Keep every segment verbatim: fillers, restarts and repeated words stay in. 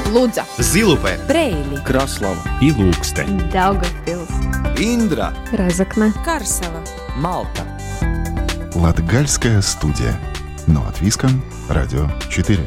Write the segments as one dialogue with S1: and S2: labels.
S1: Лудза,
S2: Зилупе,
S1: Брейли,
S3: Краслава
S4: и Лукстē,
S1: Daugavpils,
S2: Индра,
S1: Разокне,
S5: Карсела,
S2: Малта.
S6: Латгальская студия. Но от Виска, Радио четыре.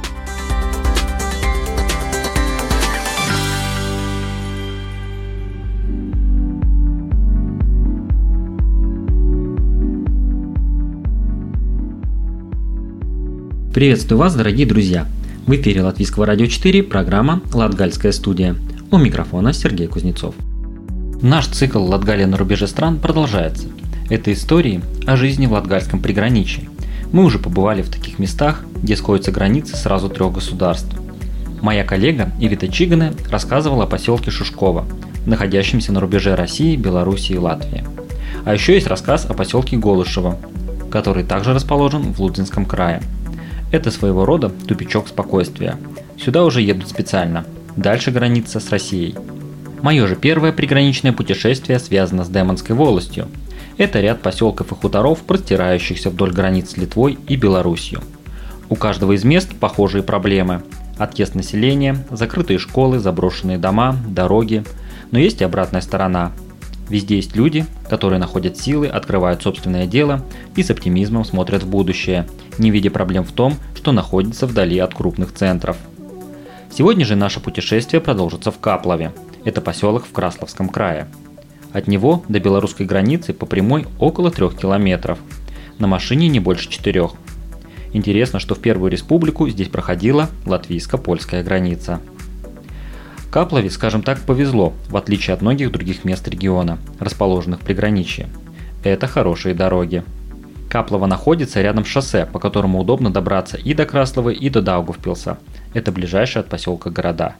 S7: Приветствую вас, дорогие друзья! В эфире Латвийского радио четыре, программа «Латгальская студия». У микрофона Сергей Кузнецов. Наш цикл «Латгалия на рубеже стран» продолжается. Это истории о жизни в латгальском приграничье. Мы уже побывали в таких местах, где сходятся границы сразу трех государств. Моя коллега Ивита Чигане рассказывала о поселке Шушково, находящемся на рубеже России, Белоруссии и Латвии. А еще есть рассказ о поселке Голышево, который также расположен в Лудзинском крае. Это своего рода тупичок спокойствия. Сюда уже едут специально. Дальше граница с Россией. Мое же первое приграничное путешествие связано с Деманской волостью. Это ряд поселков и хуторов, простирающихся вдоль границ с Литвой и Белоруссией. У каждого из мест похожие проблемы. Отъезд населения, закрытые школы, заброшенные дома, дороги. Но есть и обратная сторона. Везде есть люди, которые находят силы, открывают собственное дело и с оптимизмом смотрят в будущее, не видя проблем в том, что находится вдали от крупных центров. Сегодня же наше путешествие продолжится в Каплове. Это поселок в Краславском крае. От него до белорусской границы по прямой около трех километров. На машине не больше четырех. Интересно, что в Первую Республику здесь проходила латвийско-польская граница. Каплове, скажем так, повезло, в отличие от многих других мест региона, расположенных в приграничье. Это хорошие дороги. Каплово находится рядом с шоссе, по которому удобно добраться и до Красловы, и до Даугавпилса. Это ближайшие от поселка города.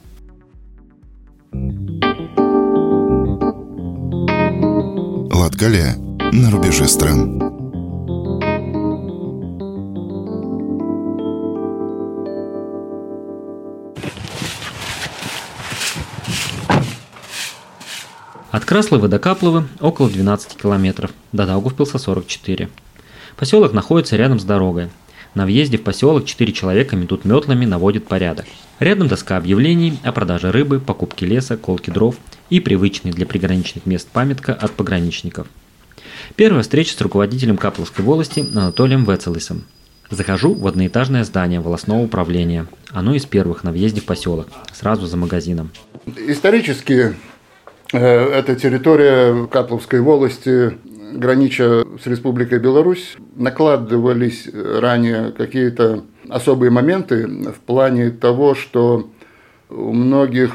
S6: Латгалия на рубеже стран.
S7: От Красловы до Капловы около двенадцати километров, до Даугавпилса сорок четыре. Поселок находится рядом с дорогой. На въезде в поселок четыре человека метут метлами, наводят порядок. Рядом доска объявлений о продаже рыбы, покупке леса, колке дров и привычная для приграничных мест памятка от пограничников. Первая встреча с руководителем Капловской волости Анатолием Вецелисом. Захожу в одноэтажное здание волостного управления. Оно из первых на въезде в поселок, сразу за магазином.
S8: Исторически эта территория Капловской волости, гранича с Республикой Беларусь, накладывались ранее какие-то особые моменты в плане того, что у многих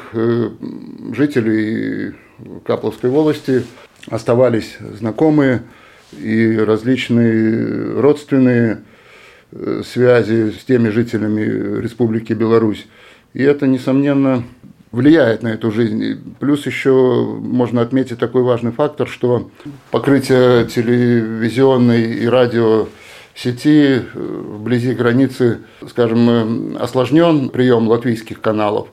S8: жителей Капловской волости оставались знакомые и различные родственные связи с теми жителями Республики Беларусь. И это, несомненно, влияет на эту жизнь. Плюс еще можно отметить такой важный фактор, что покрытие телевизионной и радиосети вблизи границы, скажем, осложнен прием латвийских каналов,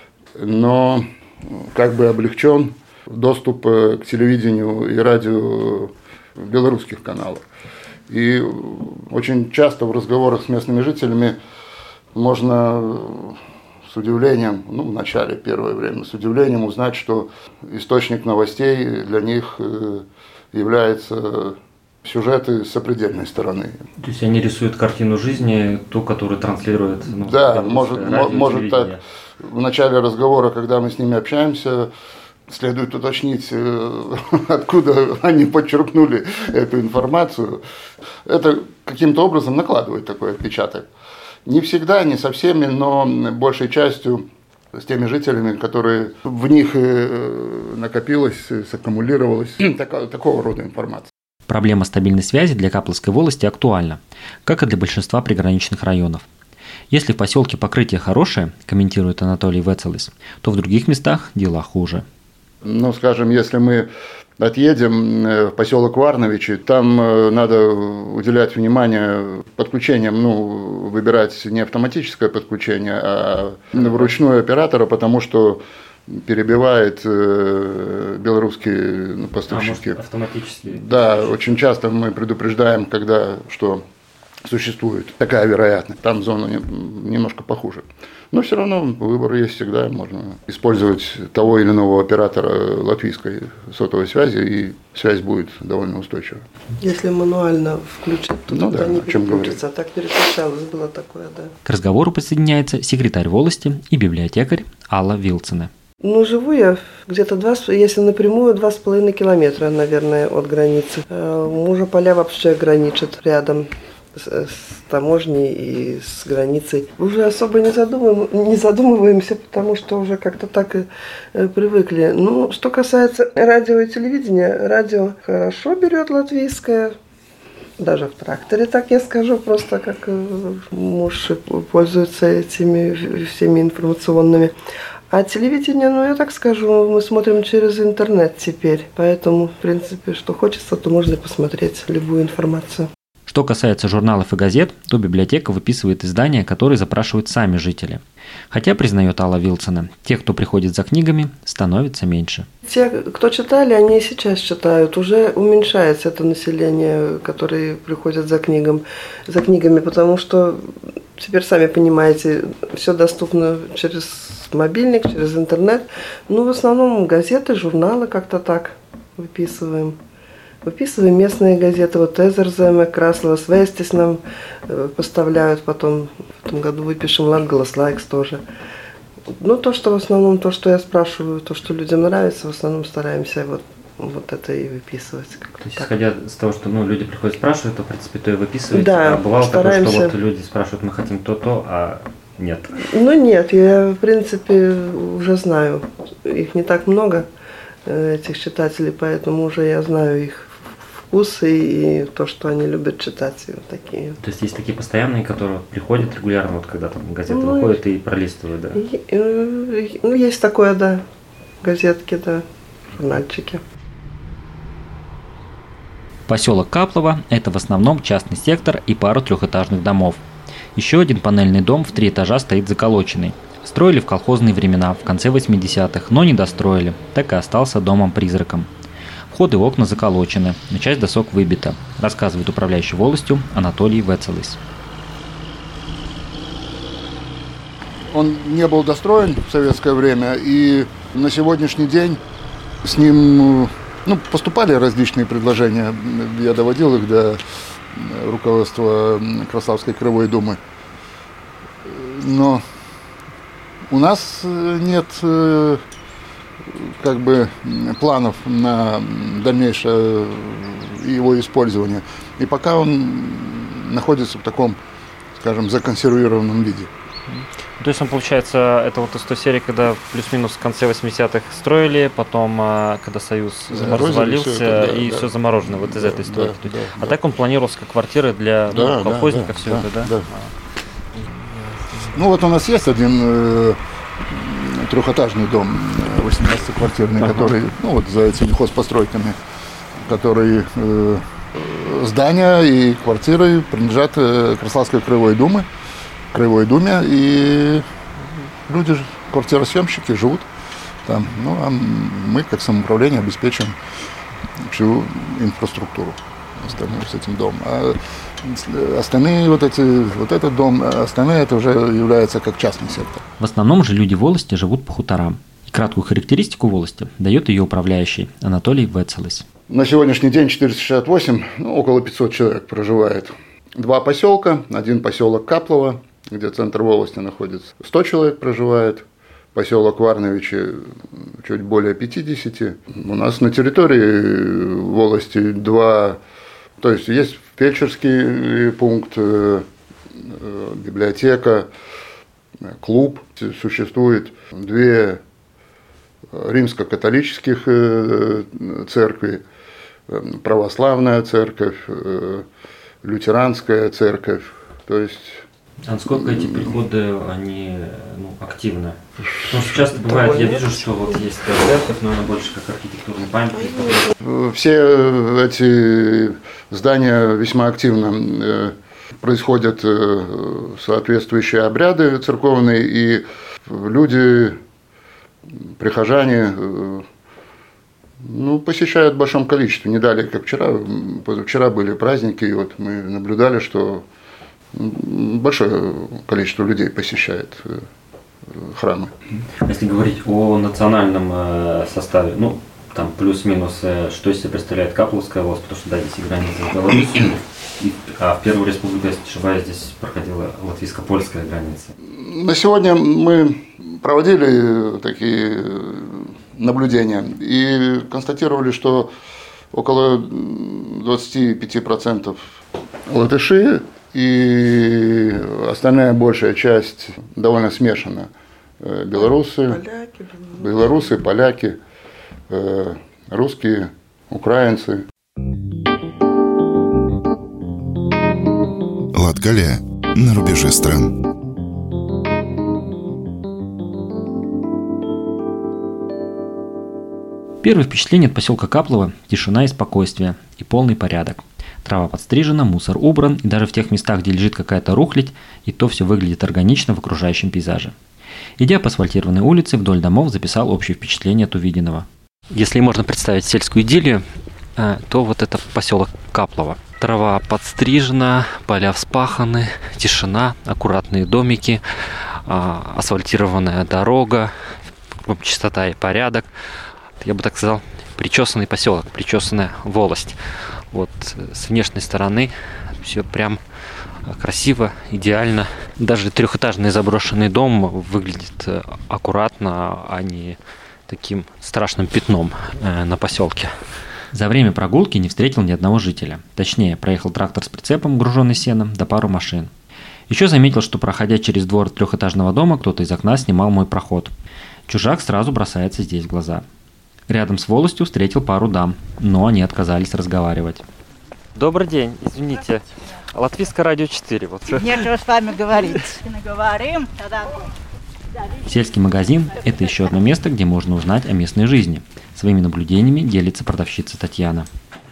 S8: но как бы облегчен доступ к телевидению и радио белорусских каналов. И очень часто в разговорах с местными жителями можно с удивлением, ну, в начале, первое время, с удивлением узнать, что источник новостей для них является сюжеты с сопредельной стороны.
S7: То есть они рисуют картину жизни, ту, которую транслирует, ну,
S8: да, может, радио, может так. В начале разговора, когда мы с ними общаемся, следует уточнить, откуда они подчеркнули эту информацию. Это каким-то образом накладывает такой отпечаток. Не всегда, не со всеми, но большей частью с теми жителями, которые в них накопилось, саккумулировалось такого, такого рода информация.
S7: Проблема стабильной связи для Капловской волости актуальна, как и для большинства приграничных районов. Если в поселке покрытие хорошее, комментирует Анатолий Вецелис, то в других местах дела хуже.
S8: Ну, скажем, если мы отъедем в поселок Варновичи, там надо уделять внимание подключениям, ну, выбирать не автоматическое подключение, а вручную оператора, потому что перебивает белорусские поставщики.
S7: А может, автоматически?
S8: Да, очень часто мы предупреждаем, когда что существует такая вероятность. Там зона немножко похуже. Но все равно выбор есть всегда. Можно использовать того или иного оператора латвийской сотовой связи, и связь будет довольно устойчивой.
S1: Если мануально включить, то
S8: ну,
S1: тогда
S8: да,
S1: не переключится. А так переключалось, было такое, да.
S7: К разговору присоединяется секретарь волости и библиотекарь Алла Вилцене.
S1: Ну, живу я где-то, два, если напрямую, два с половиной километра, наверное, от границы. У мужа поля вообще граничат рядом с, с таможней и с границей. Уже особо не, задумываем, не задумываемся, потому что уже как-то так и привыкли. Ну, что касается радио и телевидения, радио хорошо берет латвийское. Даже в тракторе, так я скажу, просто как муж пользуется этими всеми информационными. А телевидение, ну я так скажу, мы смотрим через интернет теперь. Поэтому, в принципе, что хочется, то можно посмотреть любую информацию.
S7: Что касается журналов и газет, то библиотека выписывает издания, которые запрашивают сами жители. Хотя, признает Алла Вилцене, тех, кто приходит за книгами, становится меньше.
S1: Те, кто читали, они и сейчас читают. Уже уменьшается это население, которое приходит за, книгам, за книгами, потому что теперь, сами понимаете, все доступно через мобильник, через интернет. Ну, в основном газеты, журналы как-то так выписываем. Выписываем местные газеты. Вот Эзерземе, Красловас Вестис нам поставляют. Потом в этом году выпишем Латгалас Лайкс тоже. Ну, то, что в основном, то, что я спрашиваю, то, что людям нравится, в основном стараемся вот, вот это и выписывать.
S7: То есть, исходя из того, что ну, люди приходят спрашивают, то, в принципе, то и выписываете.
S1: Да,
S7: а бывало
S1: стараемся.
S7: такое, что вот люди спрашивают, мы хотим то-то, а нет.
S1: Ну, нет, я, в принципе, уже знаю. Их не так много, этих читателей, поэтому уже я знаю их вкусы и то, что они любят читать, и вот такие.
S7: То есть есть такие постоянные, которые приходят регулярно, вот когда там газеты
S1: ну,
S7: выходят и пролистывают, да?
S1: И, ну, есть такое, да, газетки, да, журнальчики.
S7: Поселок Каплово – это в основном частный сектор и пару трехэтажных домов. Еще один панельный дом в три этажа стоит заколоченный. Строили в колхозные времена, в конце восьмидесятых, но не достроили, так и остался домом-призраком. Входы и окна заколочены, но часть досок выбита, рассказывает управляющий волостью Анатолий Вецелис.
S8: Он не был достроен в советское время, и на сегодняшний день с ним ну, поступали различные предложения. Я доводил их до руководства Краславской краевой думы. Но у нас нет как бы планов на дальнейшее его использование. И пока он находится в таком, скажем, законсервированном виде.
S7: То есть он, получается, это вот из той серии, когда плюс-минус в конце восьмидесятых строили, потом, когда Союз развалился, все это, да, и да. все заморожено вот из да, этой истории. Да, да, а да. так он планировался как квартиры для да, ну, колхозников, да, все да, это, да? да.
S8: Ну вот у нас есть один э, трехэтажный дом, восемнадцатиквартирный, ага. который, ну вот за этими хозпостройками, который э, здания и квартиры принадлежат э, Краславской краевой думы. Краевой думе, и люди, квартиросъемщики, живут там. Ну, а мы, как самоуправление, обеспечим всю инфраструктуру остальную с этим домом. А остальные, вот, эти, вот этот дом, остальные, это уже является как частный сектор.
S7: В основном же люди волости живут по хуторам. И краткую характеристику волости дает ее управляющий Анатолий Вецелис.
S8: На сегодняшний день четыреста шестьдесят восемь, ну, около пятьсот человек проживает. Два поселка, один поселок Каплово, где центр волости находится, сто человек проживает, поселок Варновичи чуть более пятьдесят. У нас на территории волости два, то есть есть фельдшерский пункт, библиотека, клуб, существует две римско-католических церкви, православная церковь, лютеранская церковь, то есть.
S7: А насколько эти приходы, они ну, активны? Потому что часто бывает, я вижу, что вот есть церковь, но она больше как архитектурный памятник.
S8: Все эти здания весьма активно происходят соответствующие обряды церковные, и люди, прихожане, ну, посещают в большом количестве. Не далее, как вчера. Позавчера были праздники, и вот мы наблюдали, что большое количество людей посещает храмы.
S7: Если говорить о национальном составе, ну, там плюс-минус, что из себя представляет Капловская волость, потому что, да, здесь и граница с Беларусью, а в Первую Республику, если не ошибаюсь, здесь проходила латвийско-польская граница.
S8: На сегодня мы проводили такие наблюдения и констатировали, что около двадцать пять процентов латыши и остальная большая часть довольно смешана. Белорусы,
S1: Поляки,
S8: белорусы, поляки, русские, украинцы.
S6: Латгалия на рубеже стран.
S7: Первое впечатление от поселка Каплово – тишина и спокойствие, и полный порядок. Трава подстрижена, мусор убран, и даже в тех местах, где лежит какая-то рухлядь, и то все выглядит органично в окружающем пейзаже. Идя по асфальтированной улице вдоль домов, записал общее впечатление от увиденного. Если можно представить сельскую идиллию, то вот это поселок Каплово. Трава подстрижена, поля вспаханы, тишина, аккуратные домики, асфальтированная дорога, чистота и порядок. Я бы так сказал, причесанный поселок, причесанная волость. Вот с внешней стороны все прям красиво, идеально. Даже трехэтажный заброшенный дом выглядит аккуратно, а не таким страшным пятном на поселке. За время прогулки не встретил ни одного жителя. Точнее, проехал трактор с прицепом, груженный сеном, да пару машин. Еще заметил, что, проходя через двор трехэтажного дома, кто-то из окна снимал мой проход. Чужак сразу бросается здесь в глаза. Рядом с волостью встретил пару дам, но они отказались разговаривать. Добрый день, извините. Латвийское радио четыре. Вот.
S2: Нечего с вами говорить. Наговорим, тогда...
S7: Сельский магазин – это еще одно место, где можно узнать о местной жизни. Своими наблюдениями делится продавщица Татьяна.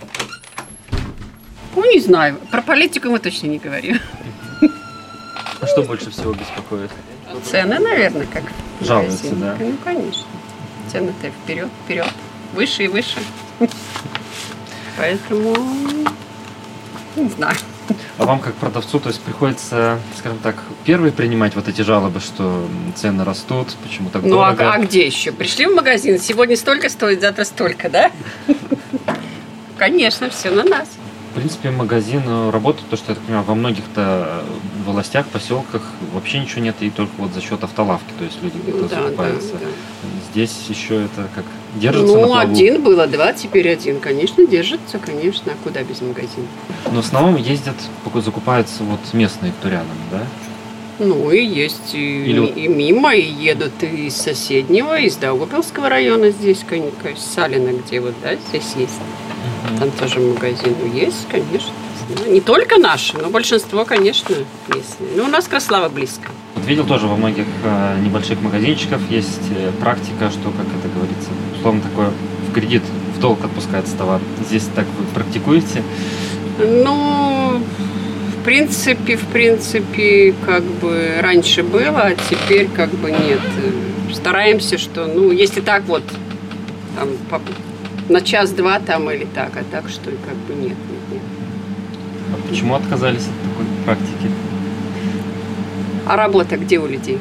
S3: Ну, не знаю. Про политику мы точно не говорим.
S7: А что больше всего беспокоит?
S3: Цены, наверное, как в
S7: Жалуются,
S3: магазине.
S7: да?
S3: Ну, конечно. Цены-то вперед, вперед. Выше и выше. Поэтому, не знаю.
S7: А вам, как продавцу, то есть приходится, скажем так, первые принимать вот эти жалобы, что цены растут, почему так
S3: Ну, а,
S7: дорого?
S3: а где еще? Пришли в магазин, сегодня столько стоит, завтра столько, да? Конечно, все на нас.
S7: В принципе, магазин работает, потому что, я так понимаю, во многих-то властях, поселках вообще ничего нет, и только вот за счет автолавки, то есть люди где-то
S3: Да,
S7: закупаются.
S3: да, да.
S7: Здесь еще это как держится на
S3: Ну,
S7: плаву.
S3: один было, два, теперь один. Конечно, держится, конечно. А куда без магазина?
S7: Но в основном ездят, пока закупаются вот местные, кто рядом, да?
S3: Ну, и есть и,
S7: Или вот-
S3: и мимо, и едут и из соседнего, из Даугавпилского района здесь, конечно, Салина, где вот, да, здесь есть. Там тоже магазин есть, конечно. Ну, не только наши, но большинство, конечно, местные. Ну, у нас Краслава близко.
S7: Вот видел тоже во многих э, небольших магазинчиках есть э, практика, что, как это говорится, условно такое, в кредит, в долг отпускается товар. Здесь так вы практикуете?
S3: Ну, в принципе, в принципе, как бы раньше было, а теперь как бы нет. Стараемся, что, ну, если так вот, там, по- на час-два там или так, а так, что и как бы нет, нет, нет.
S7: А почему отказались от такой практики?
S3: А работа где у людей?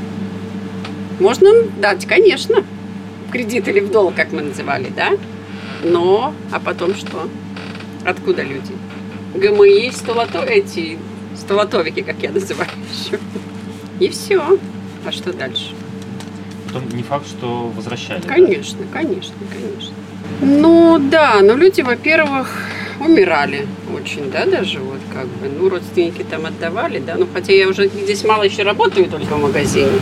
S3: Можно дать, конечно, в кредит или в долг, как мы называли, да? Но, а потом что? Откуда люди? ГМИ, столото, эти столотовики, как я называю еще. И все. А что дальше?
S7: Потом не факт, что возвращали. да?
S3: Конечно, конечно, конечно. Ну да, но люди, во-первых, умирали очень, да, даже вот как бы, ну, родственники там отдавали, да, ну, хотя я уже здесь мало еще работаю, только в магазине.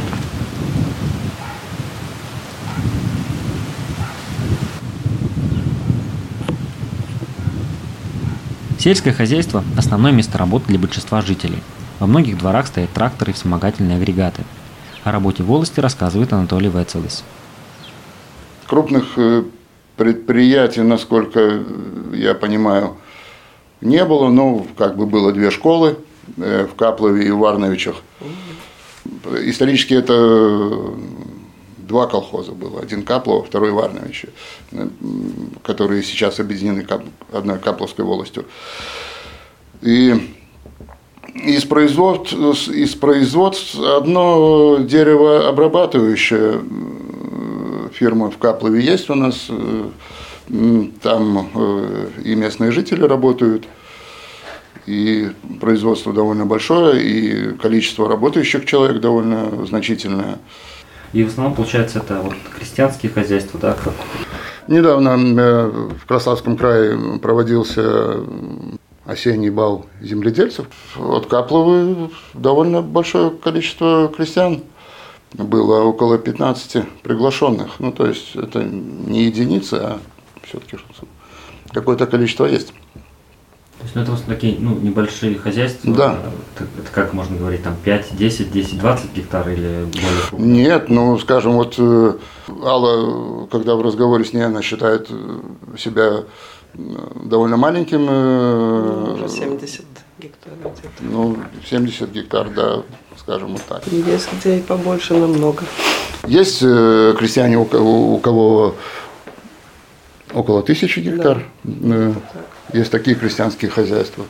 S7: Сельское хозяйство – основное место работы для большинства жителей. Во многих дворах стоят тракторы и вспомогательные агрегаты. О работе волости рассказывает Анатолий Вецелес.
S8: Крупных э, предприятий, насколько я понимаю, не было, но как бы было две школы э, в Каплове и в Варновичах. Исторически это два колхоза было, один Каплово, второй Варновичи, э, которые сейчас объединены Кап- одной Капловской волостью. И Из производств, из производств одно деревообрабатывающее фирма в Каплове есть у нас. Там и местные жители работают, и производство довольно большое, и количество работающих человек довольно значительное.
S7: И в основном, получается, это вот крестьянские хозяйства, да? Как...
S8: Недавно в Краснодарском крае проводился осенний бал земледельцев. От Капловы довольно большое количество крестьян. Было около пятнадцати приглашенных. Ну, то есть, это не единицы, а все-таки какое-то количество есть.
S7: То есть, ну, это вот такие, ну, небольшие хозяйства?
S8: Да.
S7: Это, это как можно говорить, там пять, десять, десять, двадцать гектар или более крупно?
S8: Нет, ну, скажем, вот Алла, когда в разговоре с ней, она считает себя довольно маленьким.
S1: Ну, уже семьдесят гектар где-то.
S8: Ну, семьдесят гектар, да, скажем вот так.
S1: Есть где и побольше намного.
S8: Есть крестьяне, у кого, у кого около тысячи гектар. Да. Есть такие крестьянские хозяйства.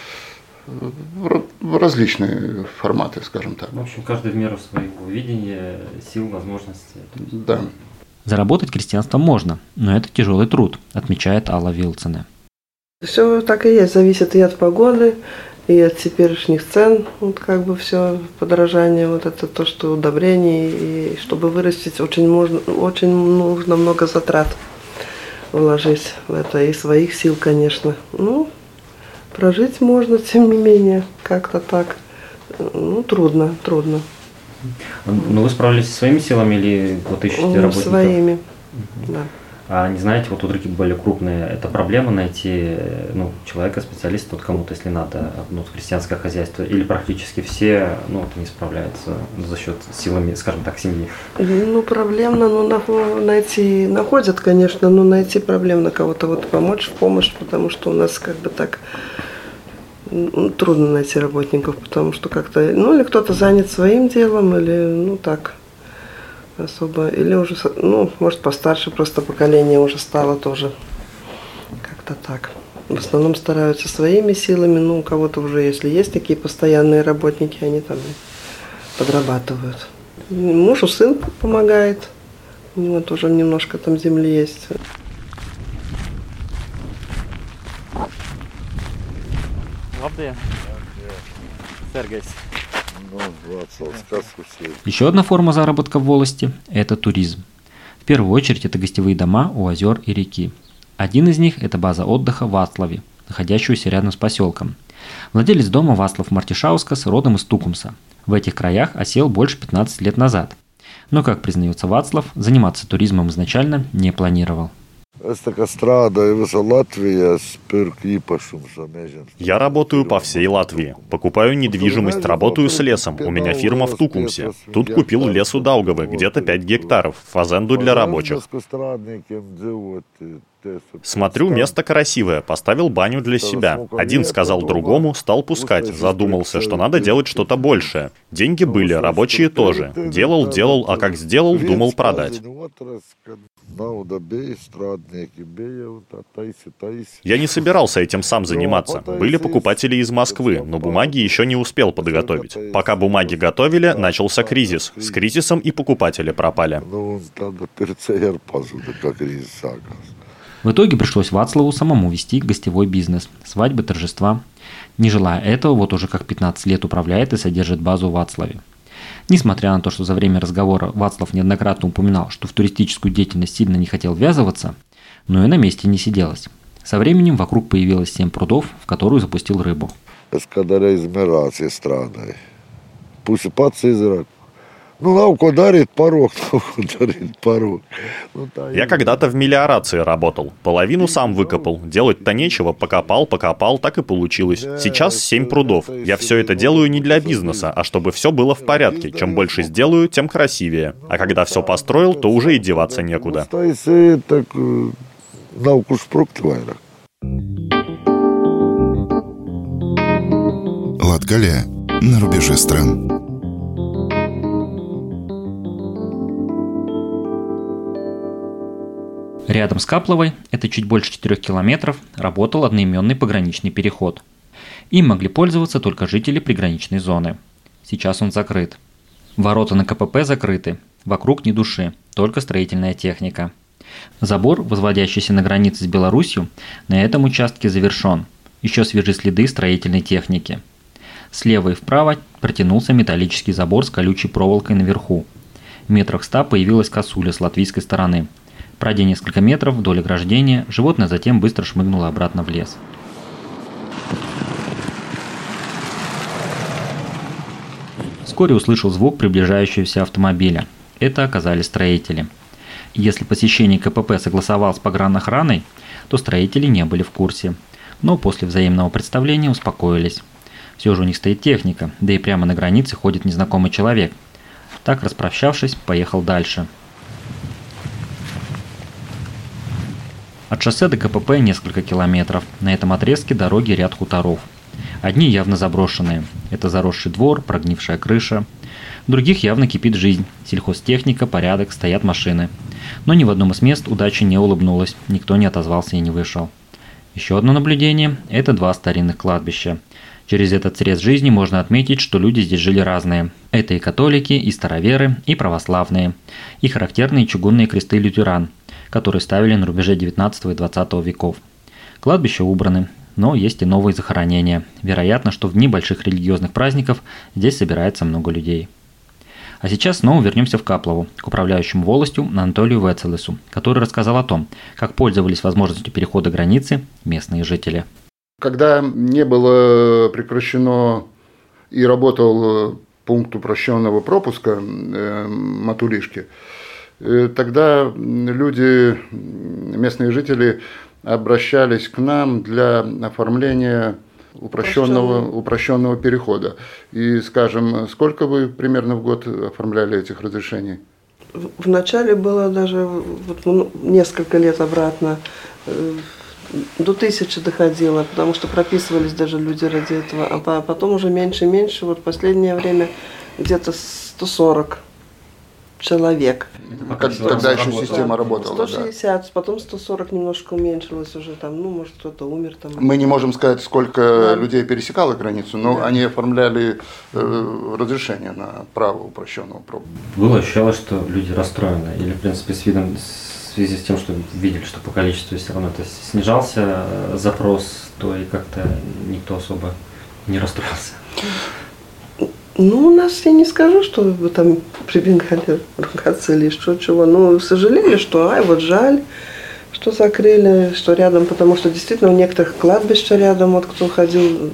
S8: Различные форматы, скажем так.
S7: В общем, каждый в меру своего видения, сил, возможностей.
S8: Да.
S7: Заработать крестьянство можно, но это тяжелый труд, отмечает Алла Вилцина.
S1: Все так и есть, зависит и от погоды, и от теперешних цен, вот как бы все подорожание, вот это то, что удобрений, и чтобы вырастить, очень, можно, очень нужно много затрат вложить в это, и своих сил, конечно. Ну, прожить можно, тем не менее, как-то так. Ну, трудно, трудно.
S7: Ну, вы справились со своими силами или вот ищете
S1: ну,
S7: работников?
S1: Своими,
S7: угу.
S1: Да.
S7: А не знаете, вот у других более крупные, это проблема найти, ну, человека, специалиста, вот кому-то, если надо, ну, крестьянское хозяйство, или практически все, ну, вот, не справляются за счет силами, скажем так, семьи? Ну,
S1: проблемно, ну, найти, находят, конечно, но найти проблемно кого-то вот помочь в помощь, потому что у нас как бы так ну, трудно найти работников, потому что как-то, ну, или кто-то занят своим делом, или, ну, так, особо, или уже, ну, может, постарше просто поколение уже стало тоже как-то так. В основном стараются своими силами, ну, у кого-то уже, если есть такие постоянные работники, они там подрабатывают. Мужу сын помогает, у него тоже немножко там земли есть.
S7: Еще одна форма заработка в волости – это туризм. В первую очередь это гостевые дома у озер и реки. Один из них – это база отдыха в Вацлаве, находящуюся рядом с поселком. Владелец дома Вацлав Мартишаускас родом из Тукумса. В этих краях осел больше пятнадцати лет назад. Но, как признается Вацлав, заниматься туризмом изначально не планировал.
S4: Я работаю по всей Латвии. Покупаю недвижимость, работаю с лесом. У меня фирма в Тукумсе. Тут купил лес у Даугавы, где-то пять гектаров, фазенду для рабочих. Смотрю, место красивое, поставил баню для себя. Один сказал другому, стал пускать, задумался, что надо делать что-то большее. Деньги были, рабочие тоже. Делал, делал, а как сделал, думал продать. Я не собирался этим сам заниматься. Были покупатели из Москвы, но бумаги еще не успел подготовить. Пока бумаги готовили, начался кризис. С кризисом и покупатели пропали.
S7: В итоге пришлось Вацлаву самому вести гостевой бизнес, свадьбы, торжества. Не желая этого, вот уже как пятнадцать лет управляет и содержит базу в Вацлаве. Несмотря на то, что за время разговора Вацлав неоднократно упоминал, что в туристическую деятельность сильно не хотел ввязываться, но и на месте не сиделось. Со временем вокруг появилось семь прудов, в которую запустил рыбу.
S4: Ну, науку дарит порог, науку дарит порог. Я когда-то в мелиорации работал. Половину сам выкопал. Делать-то нечего. Покопал, покопал, так и получилось. Сейчас семь прудов. Я все это делаю не для бизнеса, а чтобы все было в порядке. Чем больше сделаю, тем красивее. А когда все построил, то уже и деваться некуда.
S6: Латгалия на рубеже стран.
S7: Рядом с Капловой, это чуть больше четырёх километров, работал одноименный пограничный переход. Им могли пользоваться только жители приграничной зоны. Сейчас он закрыт. Ворота на ка пэ пэ закрыты. Вокруг ни души, только строительная техника. Забор, возводящийся на границе с Беларусью, на этом участке завершен. Еще свежи следы строительной техники. Слева и вправо протянулся металлический забор с колючей проволокой наверху. В метрах ста появилась косуля с латвийской стороны. Пройдя несколько метров вдоль ограждения, животное затем быстро шмыгнуло обратно в лес. Вскоре услышал звук приближающегося автомобиля. Это оказались строители. Если посещение ка пэ пэ согласовал с погранохраной, то строители не были в курсе. Но после взаимного представления успокоились. Все же у них стоит техника, да и прямо на границе ходит незнакомый человек. Так, распрощавшись, поехал дальше. От шоссе до ка пэ пэ несколько километров. На этом отрезке дороги ряд хуторов. Одни явно заброшенные. Это заросший двор, прогнившая крыша. В других явно кипит жизнь. Сельхозтехника, порядок, стоят машины. Но ни в одном из мест удача не улыбнулась. Никто не отозвался и не вышел. Еще одно наблюдение – это два старинных кладбища. Через этот срез жизни можно отметить, что люди здесь жили разные. Это и католики, и староверы, и православные. И характерные чугунные кресты лютеран, которые ставили на рубеже девятнадцатого и двадцатого веков. Кладбища убраны, но есть и новые захоронения. Вероятно, что в дни больших религиозных праздников здесь собирается много людей. А сейчас снова вернемся в Каплову, к управляющему волостью Анатолию Вецелесу, который рассказал о том, как пользовались возможностью перехода границы местные жители.
S8: Когда не было прекращено и работал пункт упрощенного пропуска э, Матулишки, э, тогда люди, местные жители, обращались к нам для оформления упрощенного, упрощенного перехода. И, скажем, сколько вы примерно в год оформляли этих разрешений?
S1: Вначале было даже вот, ну, несколько лет обратно, э, до тысячи доходило, потому что прописывались даже люди ради этого, а потом уже меньше и меньше, вот в последнее время где-то сто сорок человек.
S8: А как, тогда еще система работала.
S1: сто шестьдесят, да. Потом сто сорок немножко уменьшилось уже, там, ну, может, кто-то умер там.
S8: Мы не можем сказать, сколько да. людей пересекало границу, но да. они оформляли э, разрешение на право упрощенного пропуска.
S7: Было ощущалось, что люди расстроены, или, в принципе, с видом, в связи с тем, что видели, что по количеству все равно то есть снижался запрос, то и как-то никто особо не расстроился.
S1: Ну, у нас, я не скажу, что вы там прибегали ругаться или что, чего. Ну, сожалели, что, ай, вот жаль, что закрыли, что рядом, потому что действительно у некоторых кладбища рядом, вот кто ходил,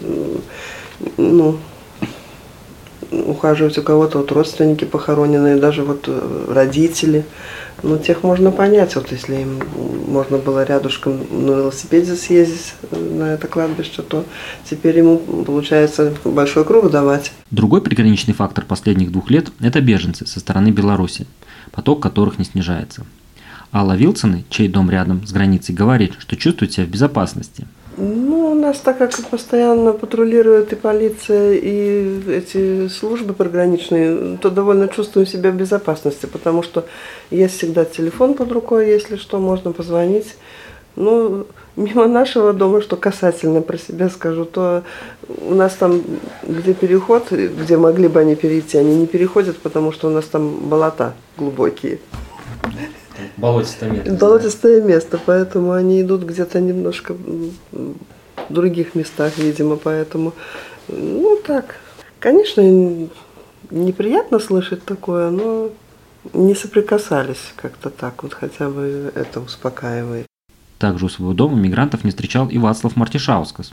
S1: ну, ухаживать у кого-то, вот родственники похороненные, даже вот родители. Ну, тех можно понять, вот если им можно было рядышком на велосипеде съездить на это кладбище, то теперь ему, получается, большой круг давать.
S7: Другой приграничный фактор последних двух лет – это беженцы со стороны Беларуси, поток которых не снижается. Алла Вилцины, чей дом рядом с границей, говорит, что чувствует себя в безопасности.
S1: Ну, у нас, так как постоянно патрулирует и полиция, и эти службы приграничные, то довольно чувствуем себя в безопасности, потому что есть всегда телефон под рукой, если что, можно позвонить. Ну, мимо нашего дома, что касательно про себя скажу, то у нас там, где переход, где могли бы они перейти, они не переходят, потому что у нас там болота глубокие.
S7: Болотистое место.
S1: Болотистое место, поэтому они идут где-то немножко в других местах, видимо, поэтому, ну так, конечно, неприятно слышать такое, но не соприкасались как-то так, вот хотя бы это успокаивает.
S7: Также у своего дома мигрантов не встречал и Вацлав Мартишаускас.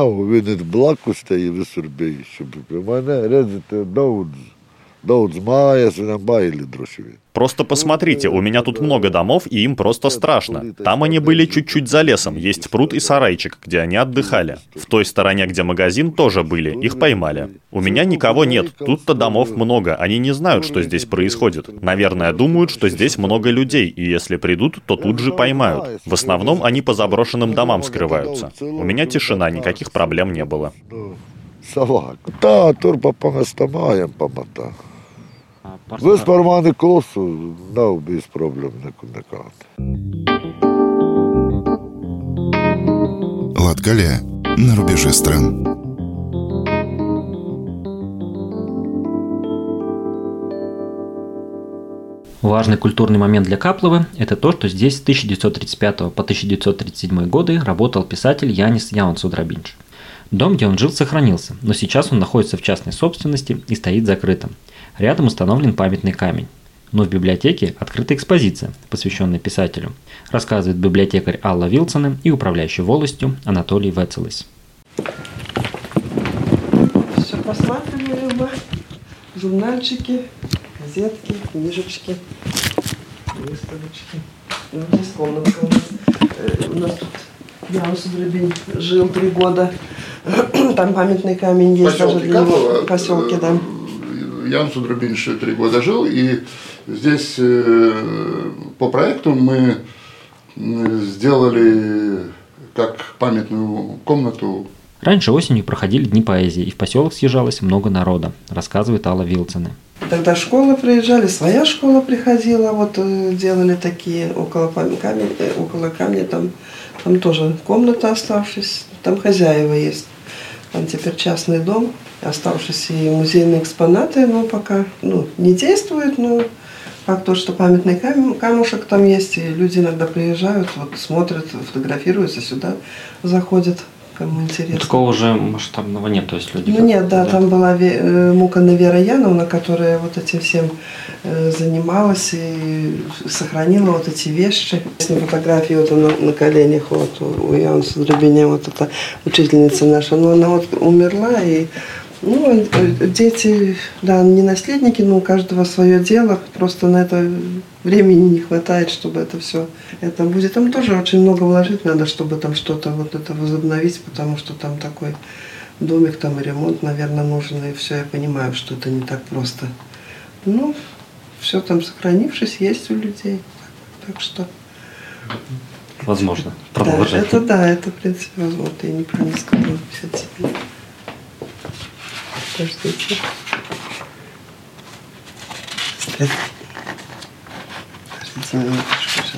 S4: Просто посмотрите, у меня тут много домов, и им просто страшно. Там они были чуть-чуть за лесом, есть пруд и сарайчик, где они отдыхали. В той стороне, где магазин, тоже были, их поймали. У меня никого нет, тут-то домов много, они не знают, что здесь происходит. Наверное, думают, что здесь много людей, и если придут, то тут же поймают. В основном они по заброшенным домам скрываются. У меня тишина, никаких проблем не было.
S5: Vispār man ir klusu, nav bijis problēma nekāda.
S6: Латгалия на рубеже стран.
S7: Важный культурный момент для Каплова – это то, что здесь с тысяча девятьсот тридцать пятого по тысяча девятьсот тридцать седьмой годы работал писатель Янис Яунсудрабинч. Дом, где он жил, сохранился, но сейчас он находится в частной собственности и стоит закрытым. Рядом установлен памятный камень. Но в библиотеке открыта экспозиция, посвященная писателю, рассказывает библиотекарь Алла Вилсоне и управляющий волостью Анатолий Вецелес.
S1: Все посматривали мы, журнальчики, газетки, книжечки, выставочки. Ну, здесь комнатка у нас. У нас тут Яунсудрабинч жил три года. Там памятный камень есть даже для него в поселке, да.
S8: Яунсудрабинч три года жил, и здесь по проекту мы сделали как памятную комнату.
S7: Раньше осенью проходили дни поэзии, и в поселок съезжалось много народа, рассказывает Алла Вилсоне.
S1: Тогда школы приезжали, своя школа приходила, вот делали такие около камня, около камня там, там тоже комната оставшись, там хозяева есть. Там теперь частный дом, оставшиеся и музейные экспонаты, но пока ну, не действует, но факт то, что памятный камень, камушек там есть, и люди иногда приезжают, вот смотрят, фотографируются, сюда заходят, кому интересно.
S7: Такого же масштабного нет, то есть люди...
S1: Ну нет, да, да, там была Мукана Вера Яновна, которая вот этим всем занималась и сохранила вот эти вещи. Фотографии вот на, на коленях вот у Яунсудрабиня, вот эта учительница наша, но она вот умерла, и ну, дети, да, не наследники, но у каждого свое дело, просто на это времени не хватает, чтобы это все это будет. Там тоже очень много вложить надо, чтобы там что-то вот это возобновить, потому что там такой домик, там и ремонт, наверное, нужен, и все, я понимаю, что это не так просто. Ну, все там сохранившись, есть у людей, так, так что...
S7: Возможно, продолжать.
S1: Да, это да, это, в принципе, возможно, я не помню, сказала пятьдесят семь. Подождите. Подождите минуточку, сейчас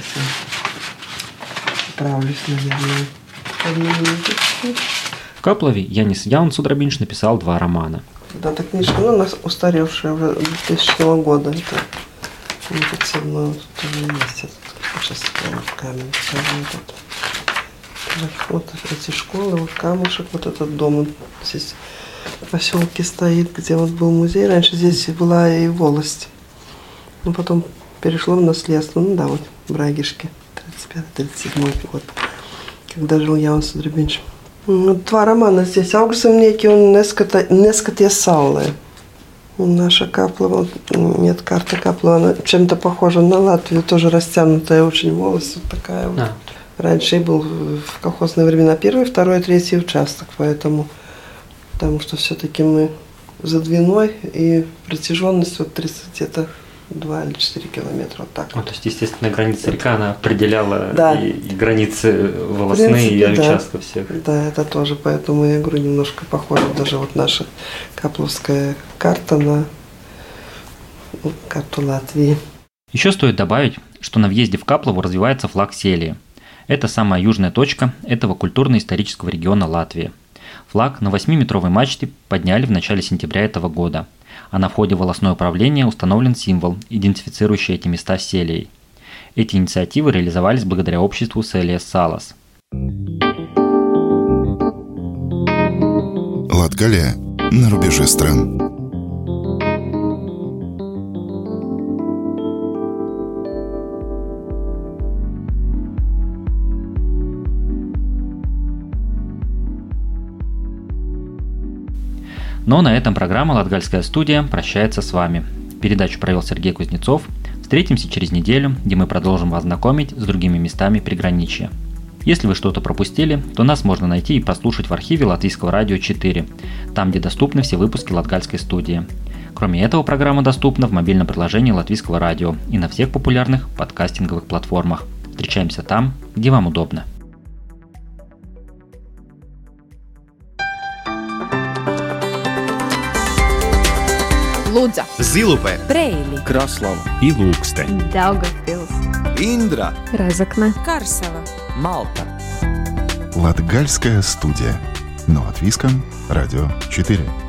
S1: я справлюсь, наверное. Одну минуточку.
S7: В Каплове Янис Яунсудрабинч написал два романа.
S1: Да, эта книжка, ну, у нас устаревшая уже двухтысячного года. Это двадцать седьмой, вот тоже есть этот. Сейчас я в камень покажу этот. Так, вот эти школы, вот камушек, вот этот дом, он здесь в поселке стоит, где вот был музей. Раньше здесь была и волость. Ну, потом перешло в наследство. Ну да, вот Брагишки, тридцать пятый тридцать седьмой год, когда жил Яунсудрабинч. Два романа здесь. Аугстом неки он несколько саулы. Наша Каплова, нет, карта Каплова, она чем-то похожа на Латвию, тоже растянутая очень волость, вот такая вот. А. Раньше был в колхозные времена первый, второй, третий участок, поэтому, потому что все-таки мы за Двиной, и протяженность вот тридцать где-то два или четыре километра, вот так.
S7: А, то есть, естественно, граница река, она определяла
S1: да.
S7: и, и границы волостные, принципе, и участков да. всех.
S1: Да, это тоже, поэтому я говорю, немножко похоже даже вот наша капловская карта на ну, карту Латвии.
S7: Еще стоит добавить, что на въезде в Каплову развивается флаг Селии. Это самая южная точка этого культурно-исторического региона Латвии. Флаг на восьмиметровой мачте подняли в начале сентября этого года, а на входе в волостное управление установлен символ, идентифицирующий эти места с Селией. Эти инициативы реализовались благодаря обществу Селия Салас.
S6: Латгалия на рубеже стран.
S7: Но на этом программа «Латгальская студия» прощается с вами. Передачу провел Сергей Кузнецов. Встретимся через неделю, где мы продолжим вас знакомить с другими местами приграничья. Если вы что-то пропустили, то нас можно найти и прослушать в архиве Латвийского радио четыре, там, где доступны все выпуски Латгальской студии. Кроме этого, программа доступна в мобильном приложении Латвийского радио и на всех популярных подкастинговых платформах. Встречаемся там, где вам удобно.
S9: Лудза,
S10: Зилупе,
S9: Брейли,
S10: Краслава и Лукстен,
S9: Даугавпилс,
S10: Индра,
S9: Разокна, Карсела,
S10: Малта.
S6: Латгальская студия. На Латвийском радио четыре.